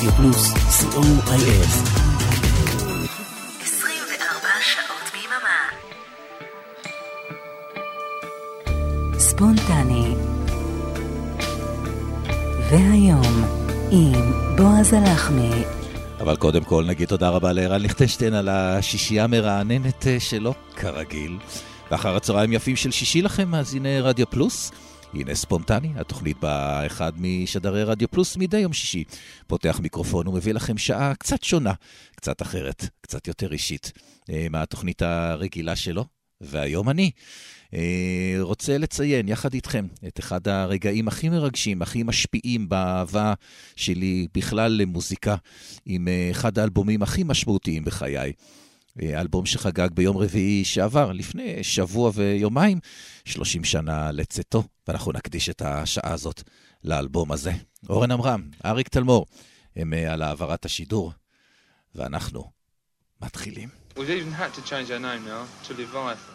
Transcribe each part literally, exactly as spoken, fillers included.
רדיו פלוס, סי או איי אס. עשרים וארבע שעות ביממה. ספונטני. והיום עם בועז הלחמי. אבל קודם כל נגיד תודה רבה לערן ליכטנשטיין על השישייה מרעננת שלו, כרגיל. ואחר הצהריים יפים של שישי לכם, מאזיני רדיו פלוס. הנה ספונטני, התוכנית באחד משדרי רדיו פלוס מדי יום שישי. פותח מיקרופון ומביא לכם שעה קצת שונה, קצת אחרת, קצת יותר אישית מהתוכנית הרגילה שלו. והיום אני רוצה לציין יחד איתכם את אחד הרגעים הכי מרגשים, הכי משפיעים באהבה שלי בכלל למוזיקה, עם אחד האלבומים הכי משמעותיים בחיי. אלבום שחגג ביום רביעי שעבר, לפני שבוע ויומיים, שלושים שנה לצאתו, ואנחנו נקדיש את השעה הזאת לאלבום הזה. אורן אמרם, אריק תלמור, הם על העברת השידור, ואנחנו מתחילים. We've even had to change our name now to Leviathan.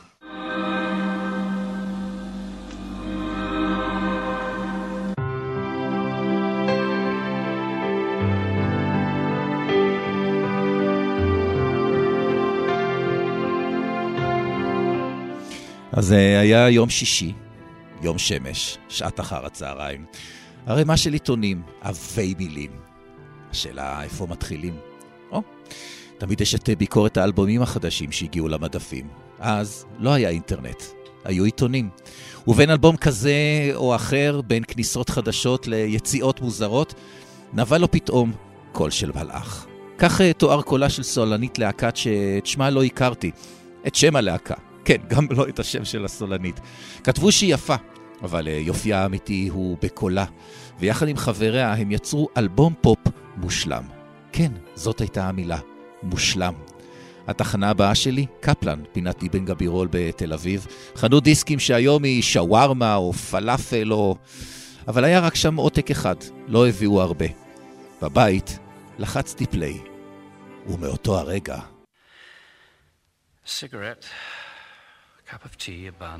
אז היה יום שישי, יום שמש, שעת אחר הצהריים. הרמה של עיתונים, אבי מילים. השאלה איפה מתחילים? או, תמיד יש את ביקורת האלבומים החדשים שהגיעו למדפים. אז לא היה אינטרנט, היו עיתונים. ובין אלבום כזה או אחר, בין כניסות חדשות ליציאות מוזרות, נבע לו פתאום קול של מלאך. כך תואר קולה של סולנית להקת שאת שמה לא הכרתי, את שם הלהקה. כן, גם לא את השם של הסולנית. כתבו שהיא יפה, אבל יופייה האמיתי הוא בקולה, ויחד עם חבריה הם יצרו אלבום פופ מושלם. כן, זאת הייתה המילה, מושלם. התחנה הבאה שלי, קפלן, פינת אבן גבירול בתל אביב, חנות דיסקים שהיום היא שווארמה או פלאפל או... אבל היה רק שם עותק אחד, לא הביאו הרבה. בבית לחצתי פליי, ומאותו הרגע... Cigarette, cup of tea, a bun.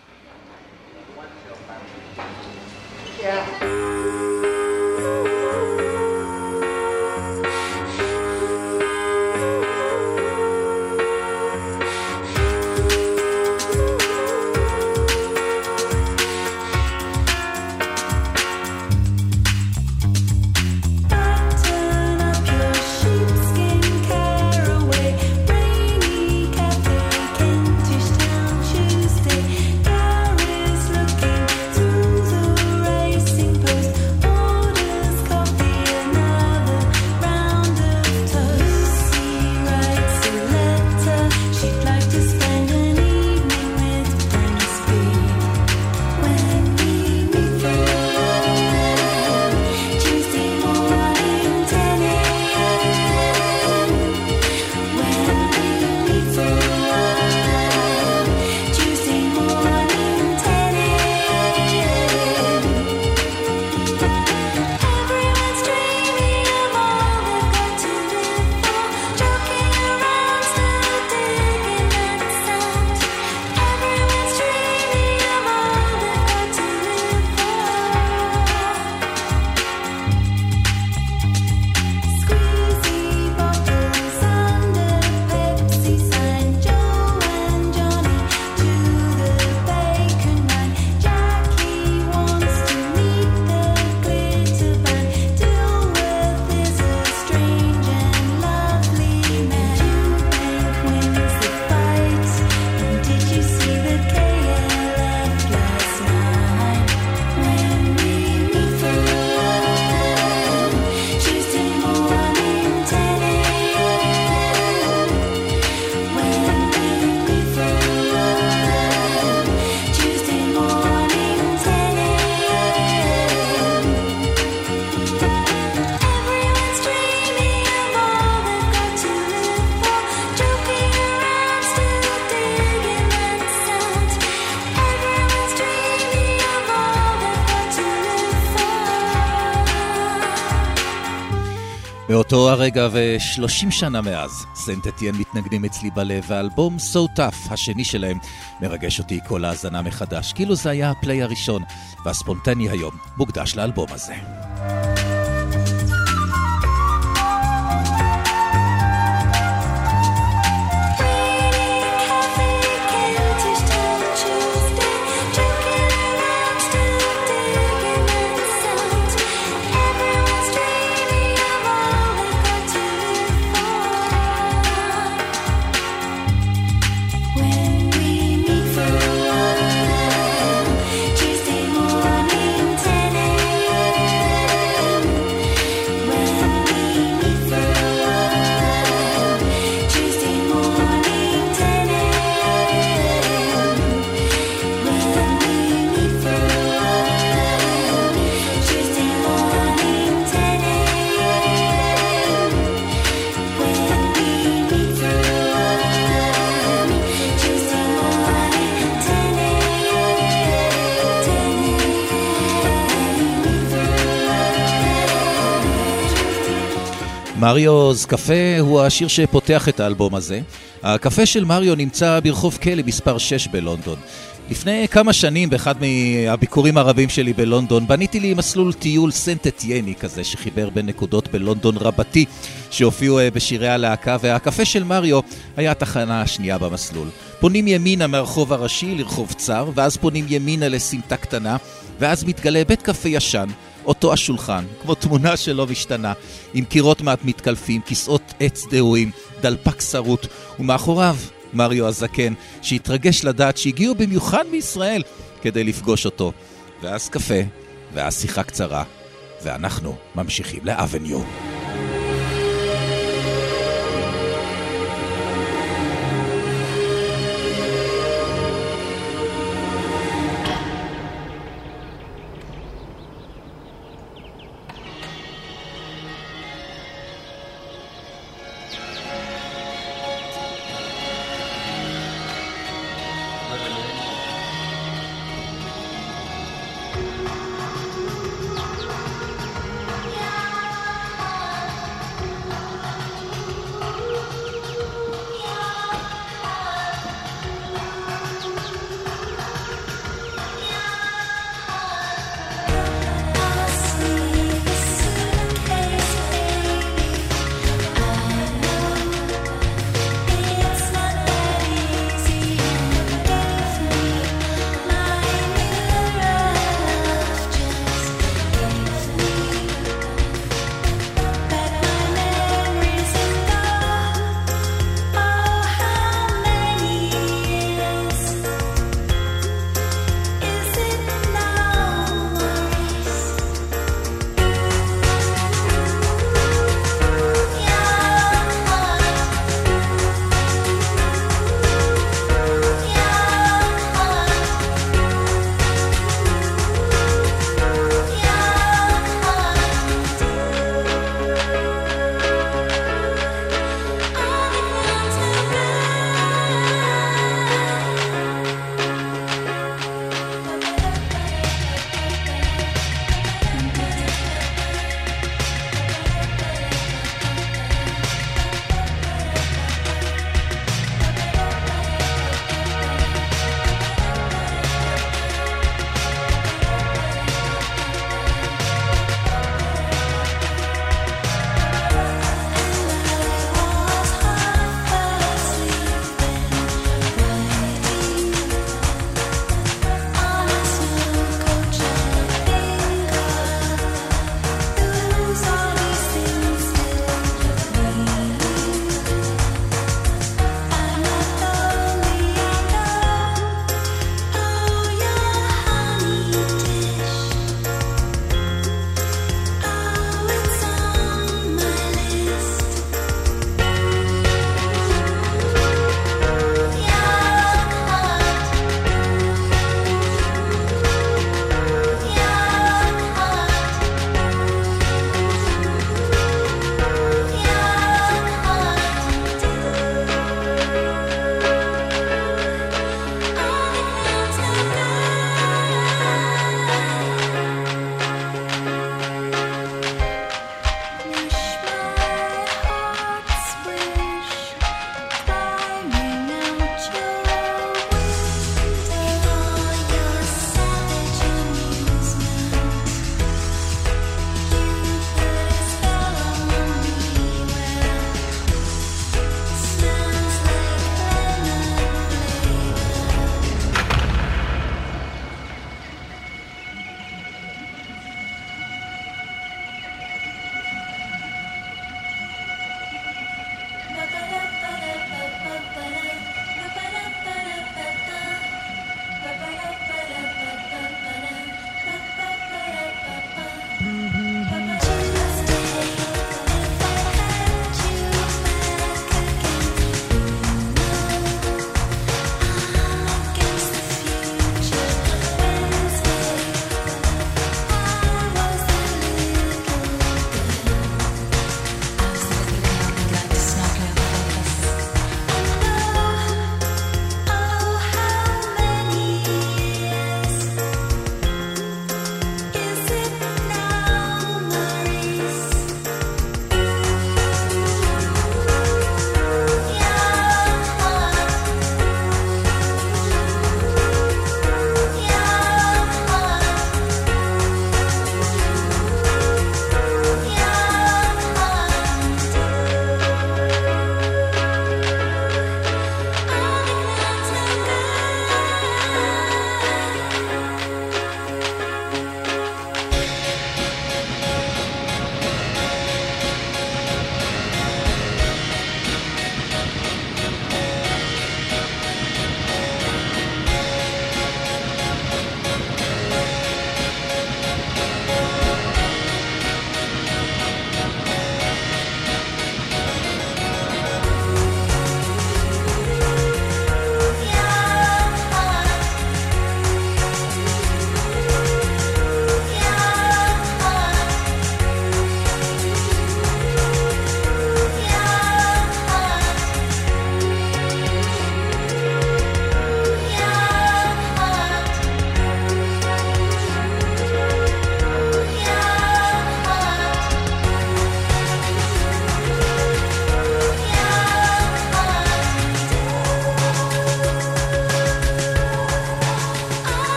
Yeah. מאותו הרגע ו-שלושים שנה מאז, סנט אתיין מתנגנים אצלי בלב, והאלבום So Tough, השני שלהם, מרגש אותי כל ההזנה מחדש, כאילו זה היה הפליי הראשון, והספונטני היום מוקדש לאלבום הזה. מריו's קפה הוא השיר שפותח את האלבום הזה. הקפה של מריו נמצא ברחוב קלי מספר שש בלונדון. לפני כמה שנים, באחד מהביקורים הרבים שלי בלונדון, בניתי לי מסלול טיול סנט אתייני כזה, שחיבר בין נקודות בלונדון רבתי, שהופיעו בשירי הלהקה, והקפה של מריו היה התחנה השנייה במסלול. פונים ימינה מהרחוב הראשי לרחוב צר, ואז פונים ימינה לסמטה קטנה, ואז מתגלה בית קפה ישן, אותו השולחן, כמו תמונה שלא משתנה, עם קירות מעט מתקלפים, כיסאות עץ דהויים, דלפק שרוט, ומאחוריו מריו הזקן, שהתרגש לדעת שהגיעו במיוחד מישראל כדי לפגוש אותו. ואז קפה, ואז שיחה קצרה, ואנחנו ממשיכים לאבניו.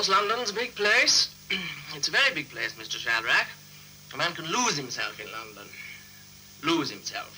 course, London's a big place. It's a very big place, Mister Shadrach. A man can lose himself in London. Lose himself.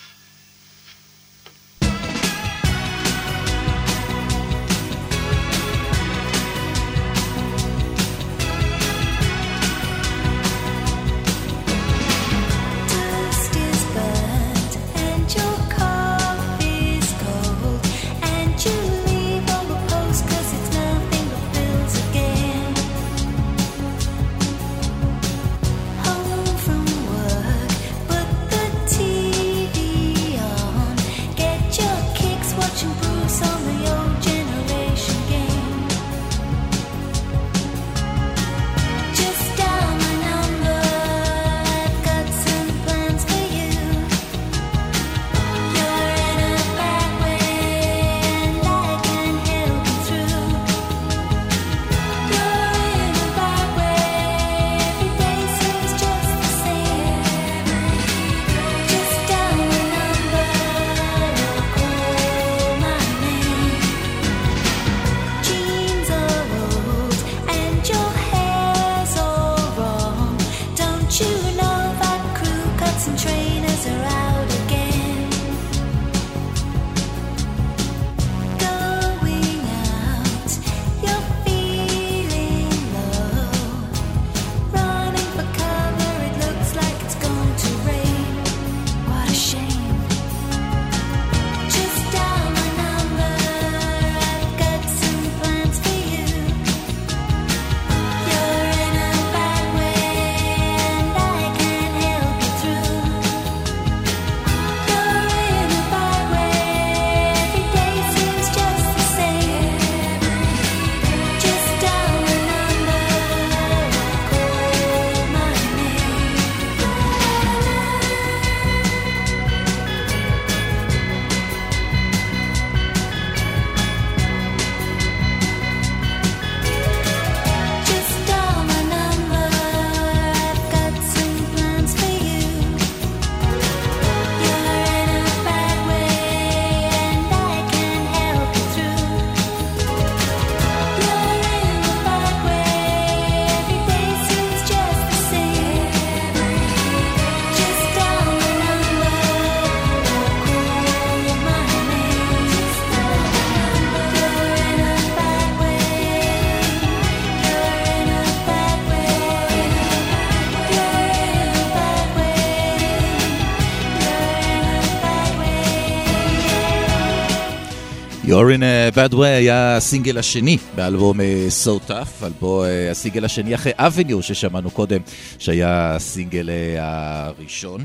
You're in a Bad Way היה הסינגל השני באלבום So Tough, אלבום הסינגל השני אחרי Avenue ששמענו קודם, שהיה הסינגל הראשון.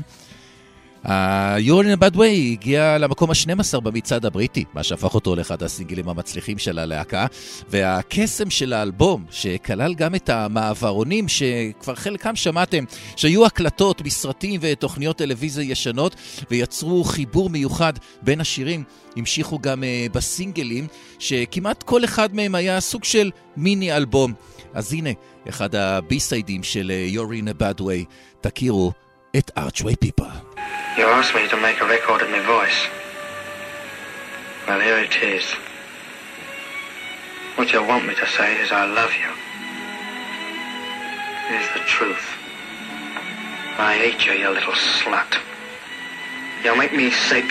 You're in a Bad Way הגיע למקום ה-שנים עשר במצעד הבריטי, מה שהפך אותו לאחד הסינגלים המצליחים של הלהקה, והקסם של האלבום, שכלל גם את המעברונים שכבר חלקם שמעתם, שהיו הקלטות בסרטים ותוכניות טלוויזיה ישנות, ויצרו חיבור מיוחד בין השירים, המשיכו גם בסינגלים, שכמעט כל אחד מהם היה סוג של מיני אלבום. אז הנה, אחד הבי-סיידים של You're in a Bad Way, תכירו את Archway People. You asked me to make a record of my voice. Well, here it is. What you want me to say is I love you. It is the truth. I hate you, you little slut. You make me sick.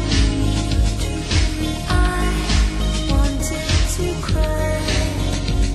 I wanted to cry.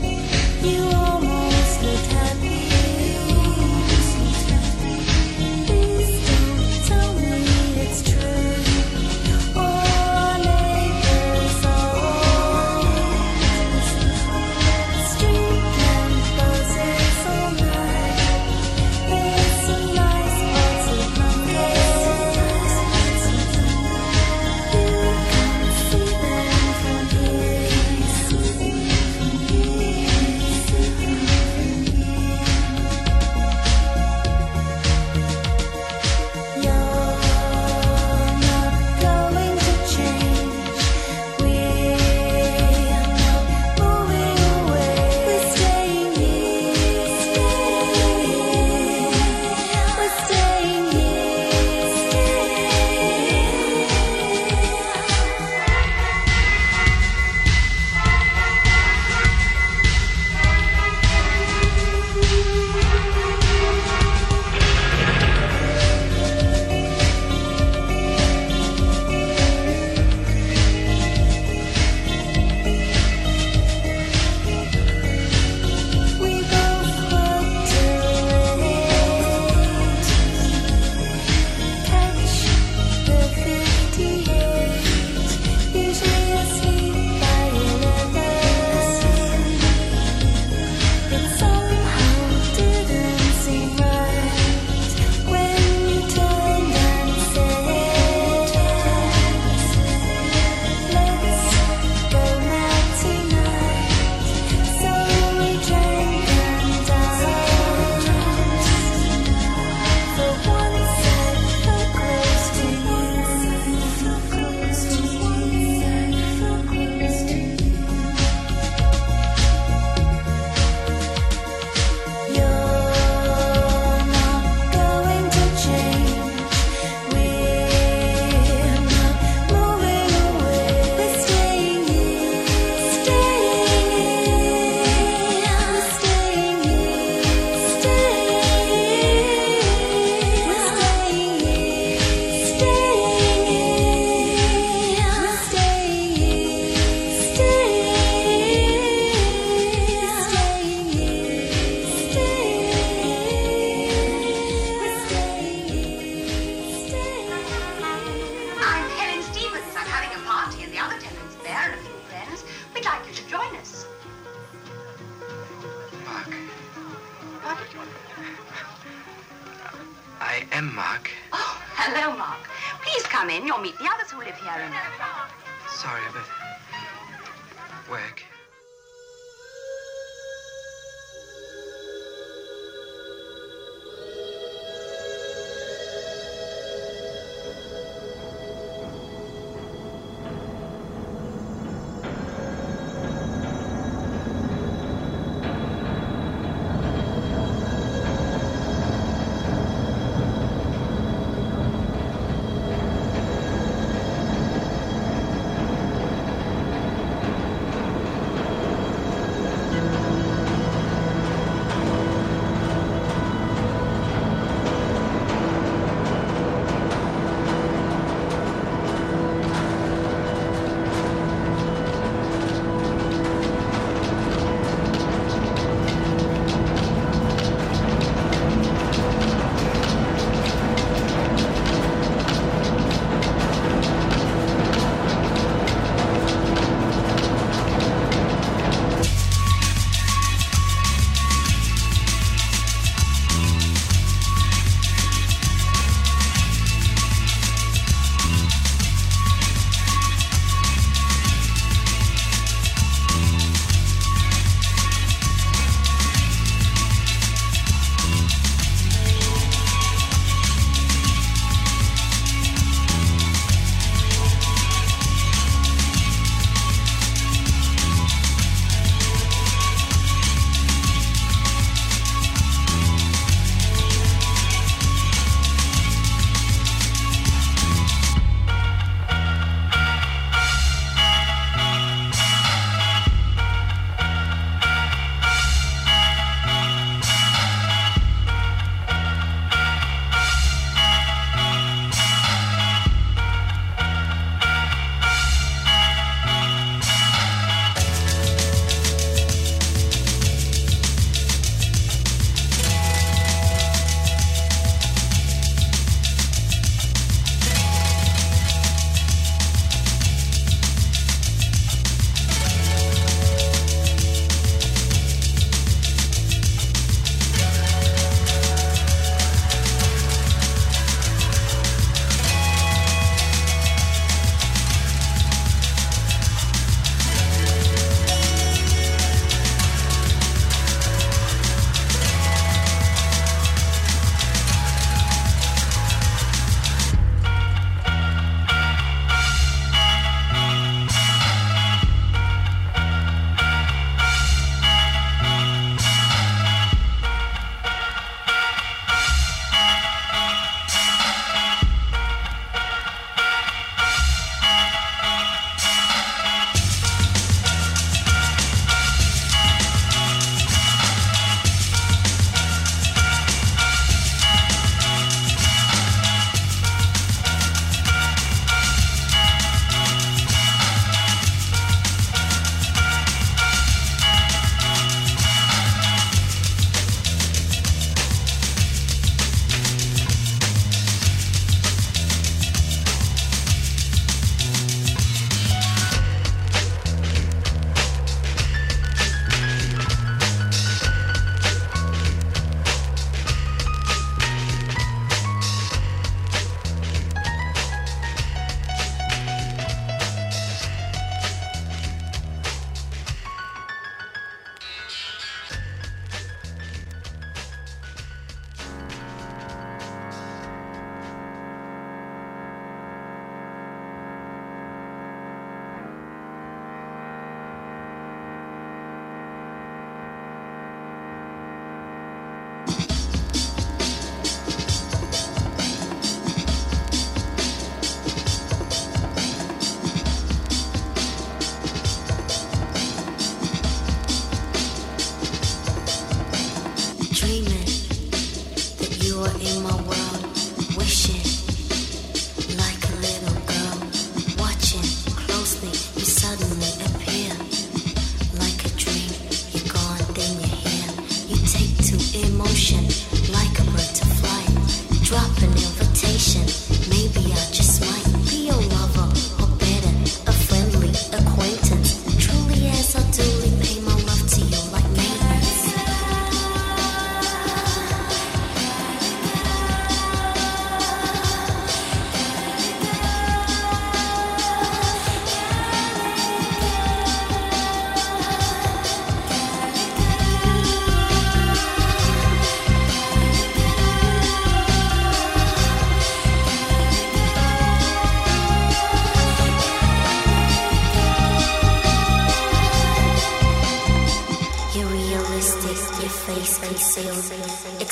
M, Mark. Oh, hello, Mark. Please come in. You'll meet the others who live here in... Sorry, but... work.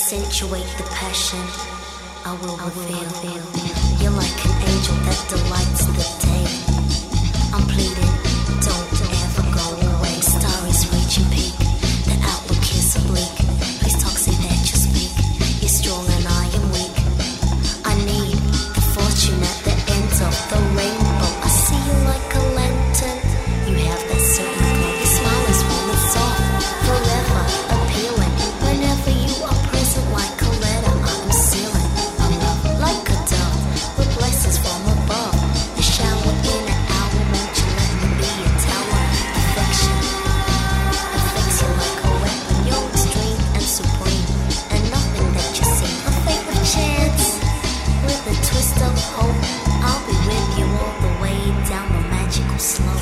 accentuate the passion. I will reveal. You're like an angel that delights the day. I'm pleading, don't ever go away. Star is reaching peak, the outlook is bleak. Please toxic that you speak. You're strong and I am weak. I need the fortune at the end of the rainbow. I see you like a lantern. You have that certain glow. Your smile is warm and soft, forever appealing. Whenever you are present, like a letter, I am sealing. I love like a dove with blessings from above. A shower in an hour, won't you let me be a tower? Affection affects you like a weapon. You're extreme and supreme, and nothing that you see. A favorite chance with a twist of hope. I'll be with you all the way down the magical slope.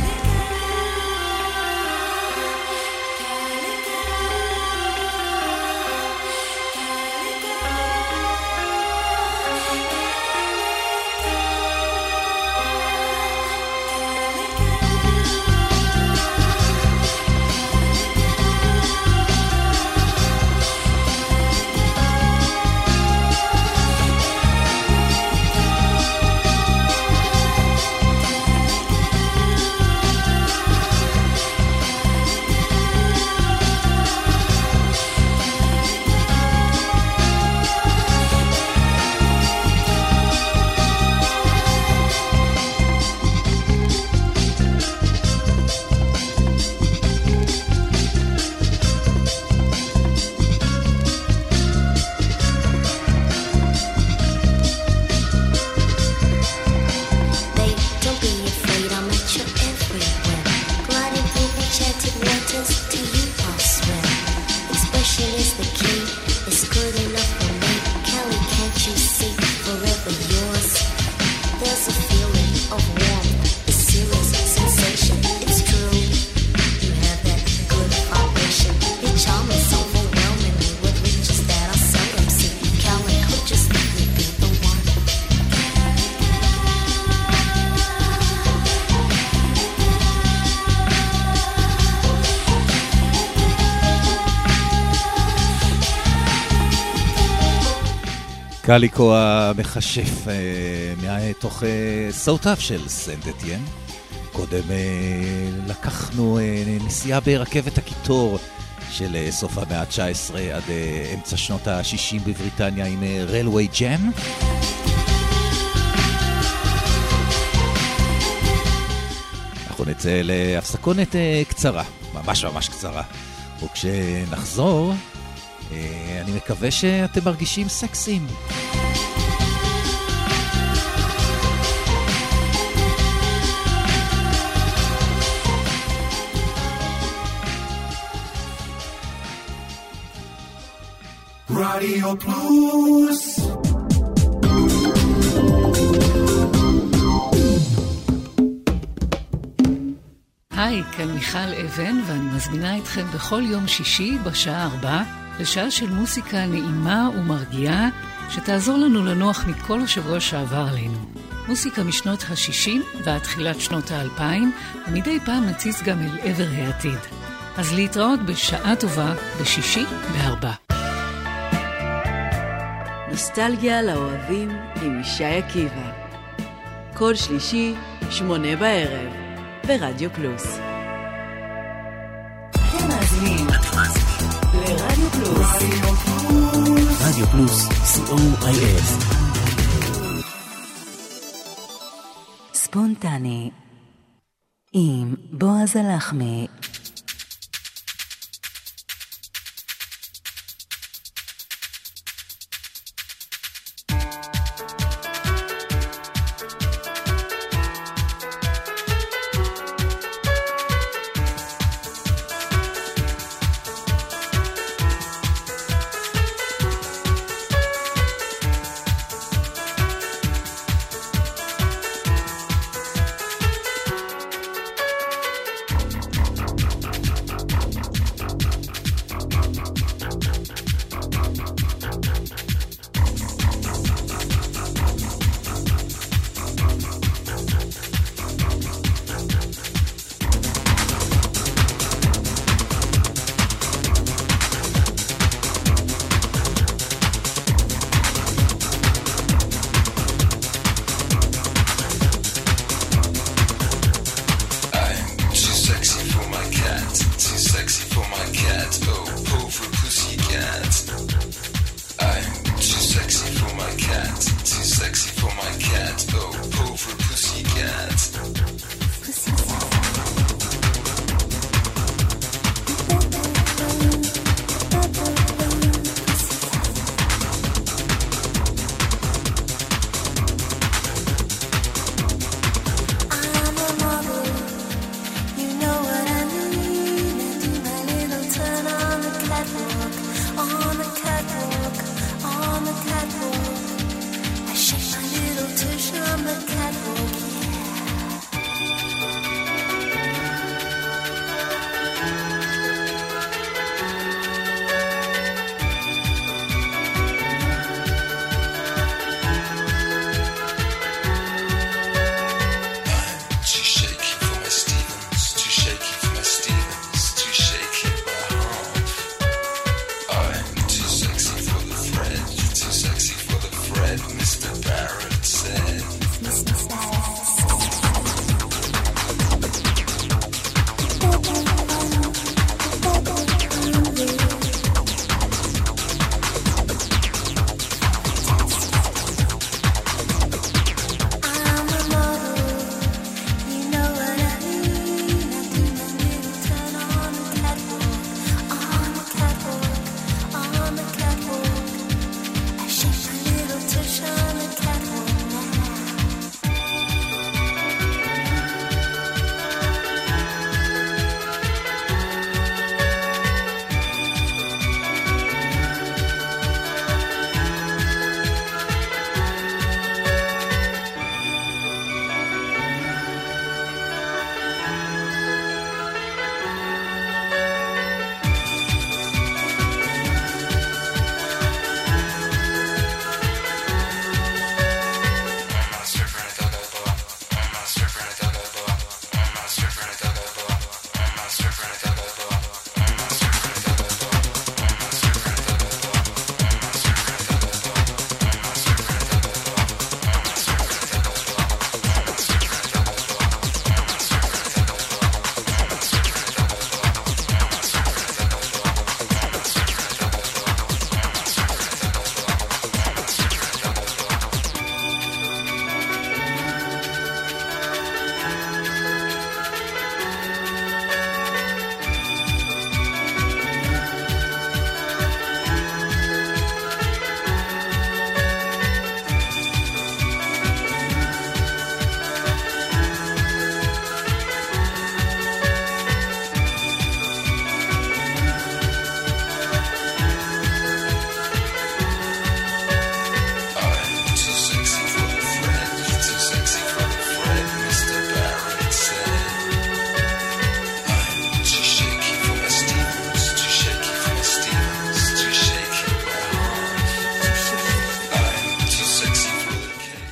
קליקו המחשף מתוך סאוטאפ של סנט אתיין. קודם לקחנו נסיעה ברכבת הקיטור של סוף המאה ה-תשע עשרה עד אמצע שנות ה-שישים בבריטניה עם רלווי ג'ם. אנחנו נצא להפסקונת קצרה, ממש ממש קצרה. וכשנחזור, אני מקווה שאתם מרגישים סקסים. רדיו פלוס היי, כאן מיכל אבן ואני מזמינה אתכם בכל יום שישי בשעה ארבע לשעה של מוסיקה נעימה ומרגיעה שתעזור לנו לנוח מכל השבוע שעבר עלינו. מוסיקה משנות ה-שישים ועד תחילת שנות ה-אלפיים, ומדי פעם נציץ גם אל עבר העתיד. אז להתראות בשעה טובה בשישי בארבע. נוסטלגיה לאוהבים עם ישי עקיבא. כל שלישי, שמונה בערב, ברדיו פלוס. אתם מאזינים לרדיו פלוס. רדיו פלוס, סי או איי אס. ספונטני עם בועז הלחמי.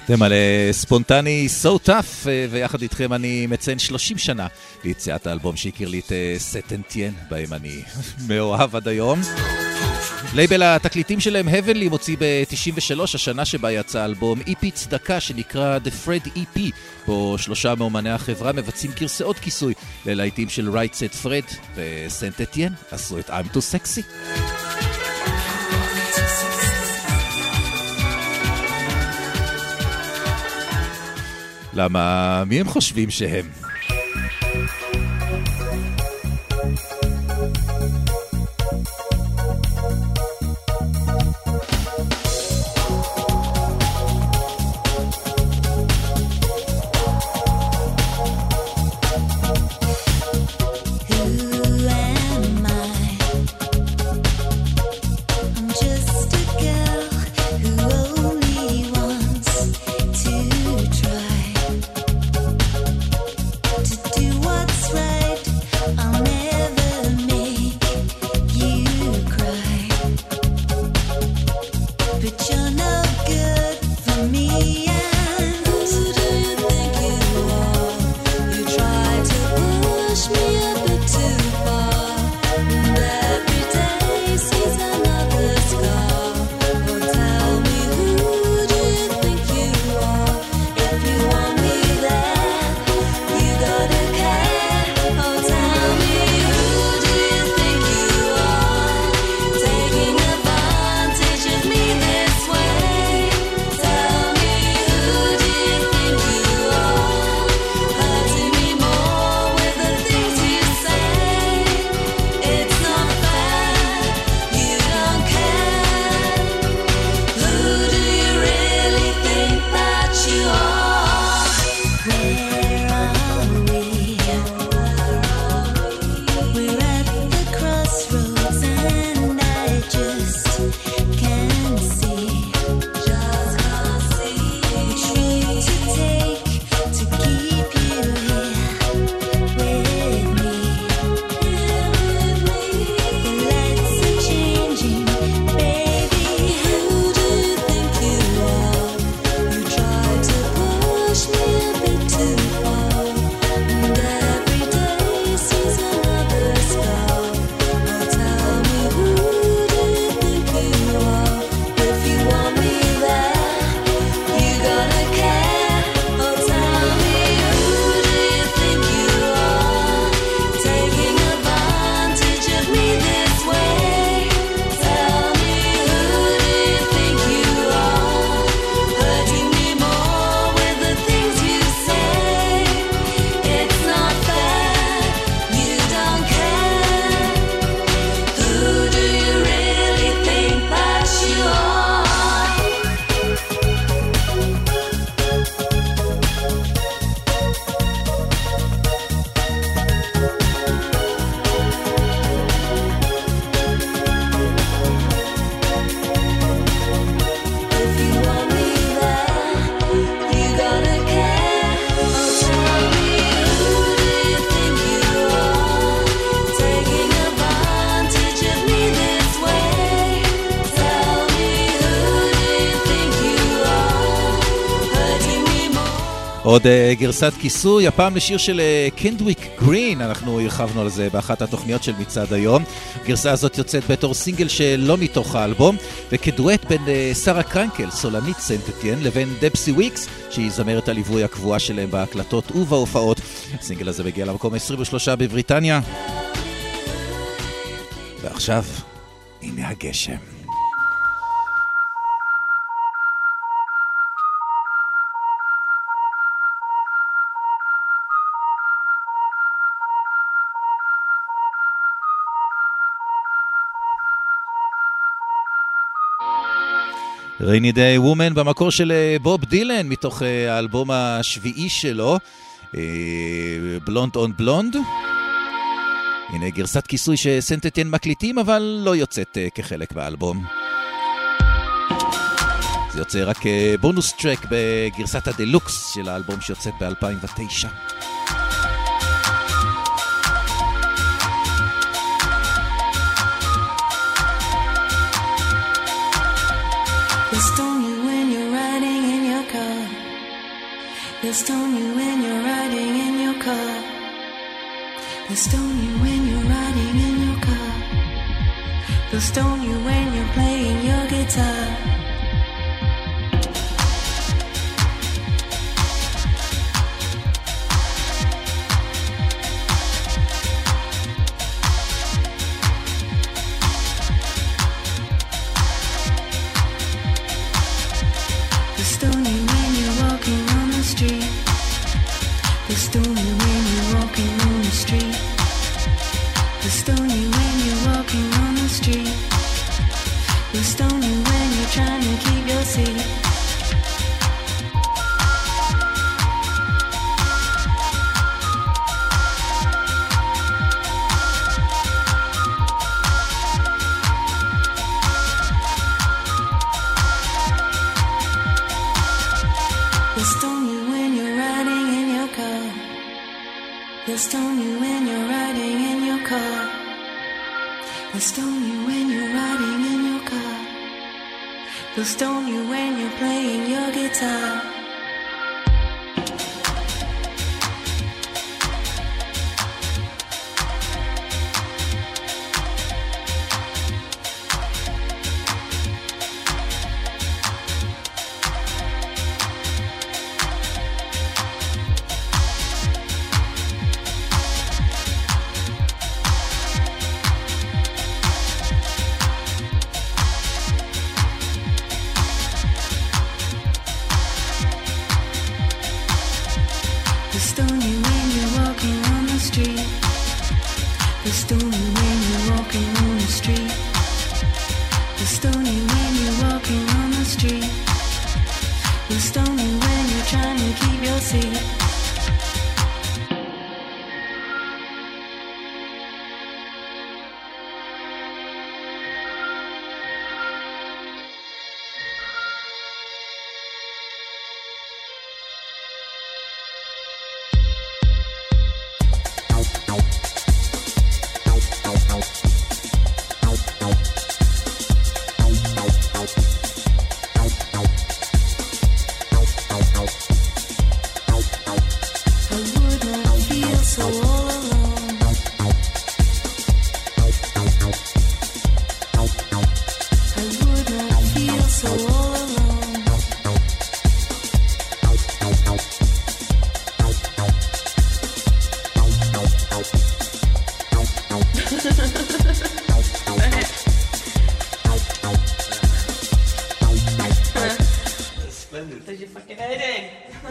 אתם על ספונטני So Tough, ויחד איתכם אני מציין שלושים שנה ליציאת האלבום שהכיר לי את סנט-אתיין, בהם אני מאוהב עד היום. לייבל התקליטים שלהם Heavenly מוציא ב-תשעים ושלוש, השנה שבה יצא אלבום E P צדקה שנקרא The Fred E P, בו שלושה מאומני החברה מבצעים גרסאות כיסוי ללהיטים של Right Said Fred, וסנט-אתיין עשו את I'm Too Sexy. למה? מי הם חושבים שהם? עוד גרסת כיסוי, הפעם לשיר של קנדוויק גרין, אנחנו הרחבנו על זה באחת התוכניות של מצעד היום. הגרסה הזאת יוצאת בתור סינגל שלא מתוך האלבום, וכדואט בין שרה קרנקל, סולנית סנט-אתיין, לבין דבסי וויקס, שהיא זמרת הליווי הקבועה שלהם בהקלטות ובהופעות. הסינגל הזה מגיע למקום עשרים ושלוש בבריטניה. ועכשיו, הנה הגשם. Rainy Day Woman במקור של בוב דילן, מתוך האלבום השביעי שלו, בלונד און בלונד. הנה גרסת כיסוי שסנט-אתיין מקליטים, אבל לא יוצאת כחלק באלבום. זה יוצא רק בונוס טרק בגרסת הדלוקס של האלבום שיוצאת ב-אלפיים ותשע. It's stormy when you're riding in your car. They'll stone you when you're riding in your car. They'll stone you when you're playing your guitar. They'll stone you when you're walking on the street. They'll stone you when you're walking on the street. They'll stone you when you're walking on the street. They'll stone you when you're trying to keep your seat. They'll stone you when you're riding in your car. They'll stone you when you're riding in your car. They'll stone you when you're riding in your car. They'll stone you when you're playing your guitar. They'll stone you when you're walking on the street. They'll stone you when you're walking on the street. They'll stone you when you're walking on the street. They'll stone you when you're trying to keep your seat. I would not feel so all alone. I would not feel so all alone. Splendid. Did you fucking hate it?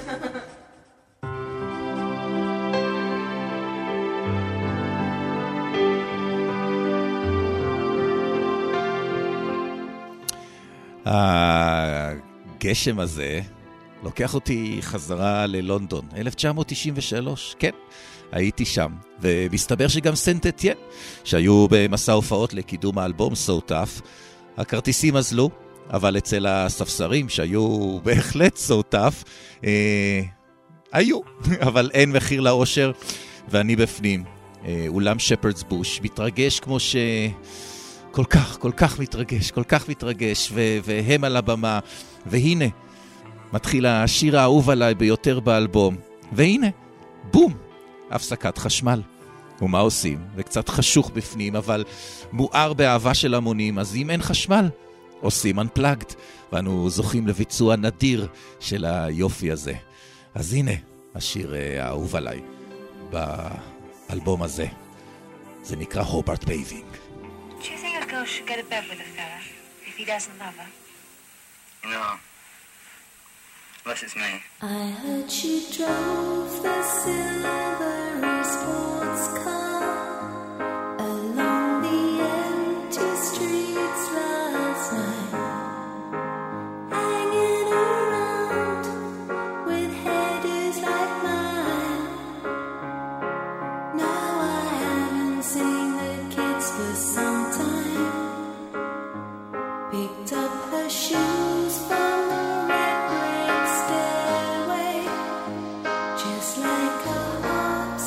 הגשם הזה לוקח אותי חזרה ללונדון, אלף תשע מאות תשעים ושלוש, כן, הייתי שם, ומסתבר שגם סנט אתיין, שהיו במסע הופעות לקידום האלבום So Tough, הכרטיסים אזלו, אבל אצל הספסרים שהיו בהחלט So Tough, אה, היו, אבל אין מחיר לאושר, ואני בפנים, אה, אולם שפרדס בוש, מתרגש כמו ש... כל כך, כל כך מתרגש, כל כך מתרגש, ו- והם על הבמה, והנה, מתחיל השיר האהוב עליי ביותר באלבום, והנה, בום, הפסקת חשמל. ומה עושים? וקצת חשוך בפנים, אבל מואר באהבה של המונים, אז אם אין חשמל, עושים unplugged, ואנו זוכים לביצוע נדיר של היופי הזה. אז הנה, השיר האהוב עליי באלבום הזה. זה נקרא הובארט פייבינג. Do you think a girl should go to bed with a fella if he doesn't love her? No. Unless it's me. I heard she drove the silvery sports car along the empty streets last night, hanging around with headers like mine. Now I haven't seen the kids for some time. Picked up her shoes from the red brick stairway, just like a heart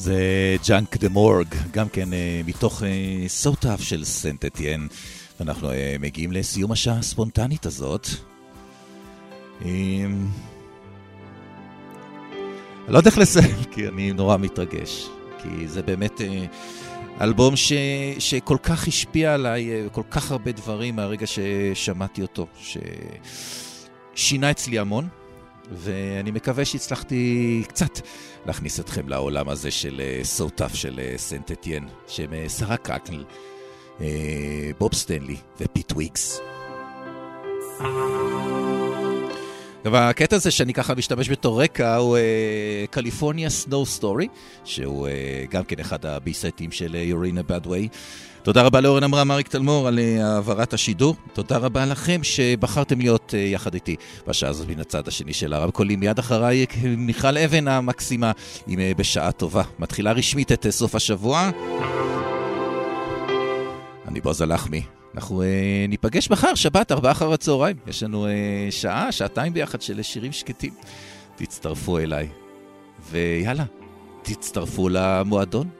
זה ג'אנק דה מורג, גם כן מתוך סוטאף של סנט אתיין. אנחנו מגיעים לסיום השעה הספונטנית הזאת. אני לא יודע איך לסיים, כי אני נורא מתרגש. כי זה באמת אלבום ש... שכל כך השפיע עליי, כל כך הרבה דברים מהרגע ששמעתי אותו, ששינה אצלי המון. ואני מקווה שהצלחתי קצת להכניס אתכם לעולם הזה של סוטאף של סנט אתיין, שהם שרה קרקל, בוב סטנלי ופיט וויגס. והקטע הזה שאני ככה משתמש בתור רקע הוא קליפורניה סנואו סטורי, שהוא גם כן אחד הביסטים של יורינה בדווי. תודה רבה לאורן אמרם, אריק תלמור על העברת השידור. תודה רבה לכם שבחרתם להיות יחד איתי בשעה הזאת מן הצד השני של הרמקולים. מיד אחריי מיכל אבן המקסימה עם בשעה טובה. מתחילה רשמית את סוף השבוע. אני בועז הלחמי. אנחנו אה, ניפגש מחר, שבת, ארבעה אחר הצהריים. יש לנו אה, שעה, שעתיים ביחד של שירים שקטים. תצטרפו אליי. ויאללה, תצטרפו למועדון.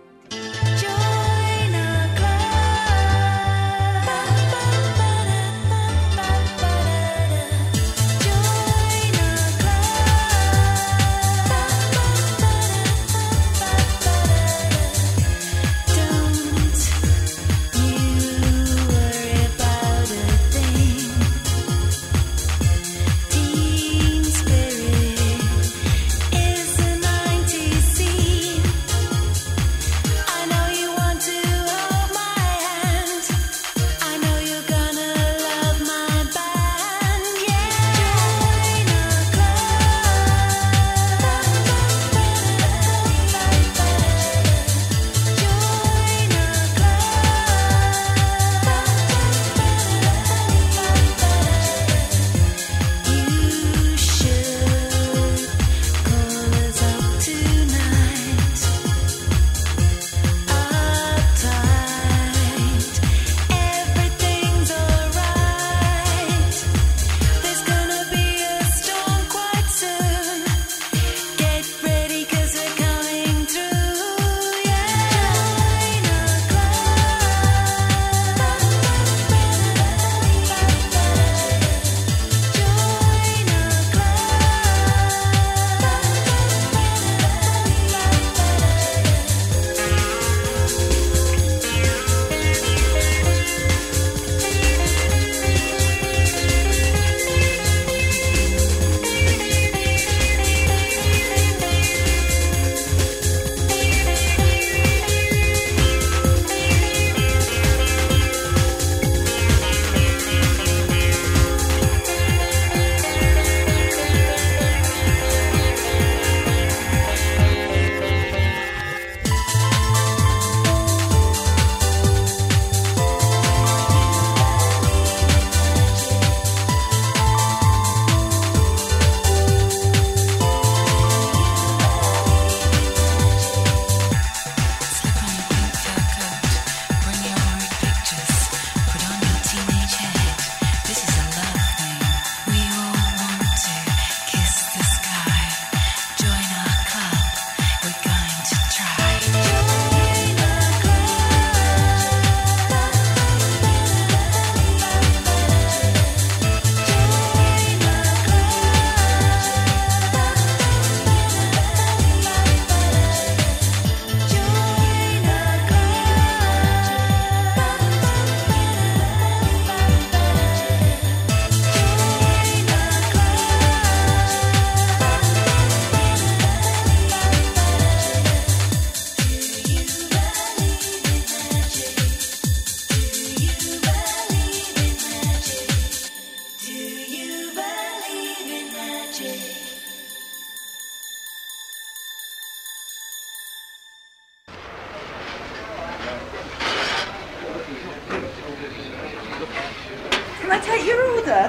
Can I take your order?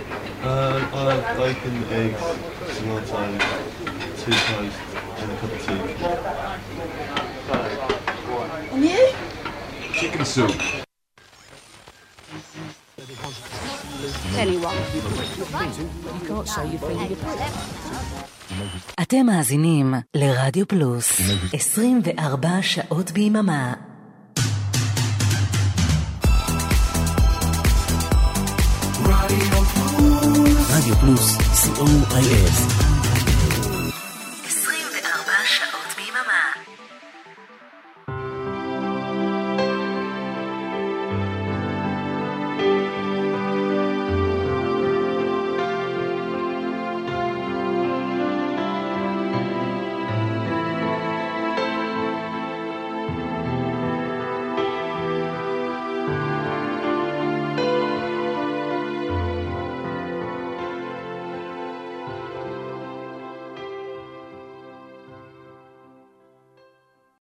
Uh, I've bacon, eggs, tomatoes, two toast, and a cup of tea. And you? Chicken soup. anyone. You can't say you're feeling your prick. אתם מאזינים לרדיו פלוס, עשרים וארבע שעות ביממה. רדיו פלוס, סי או איי אס.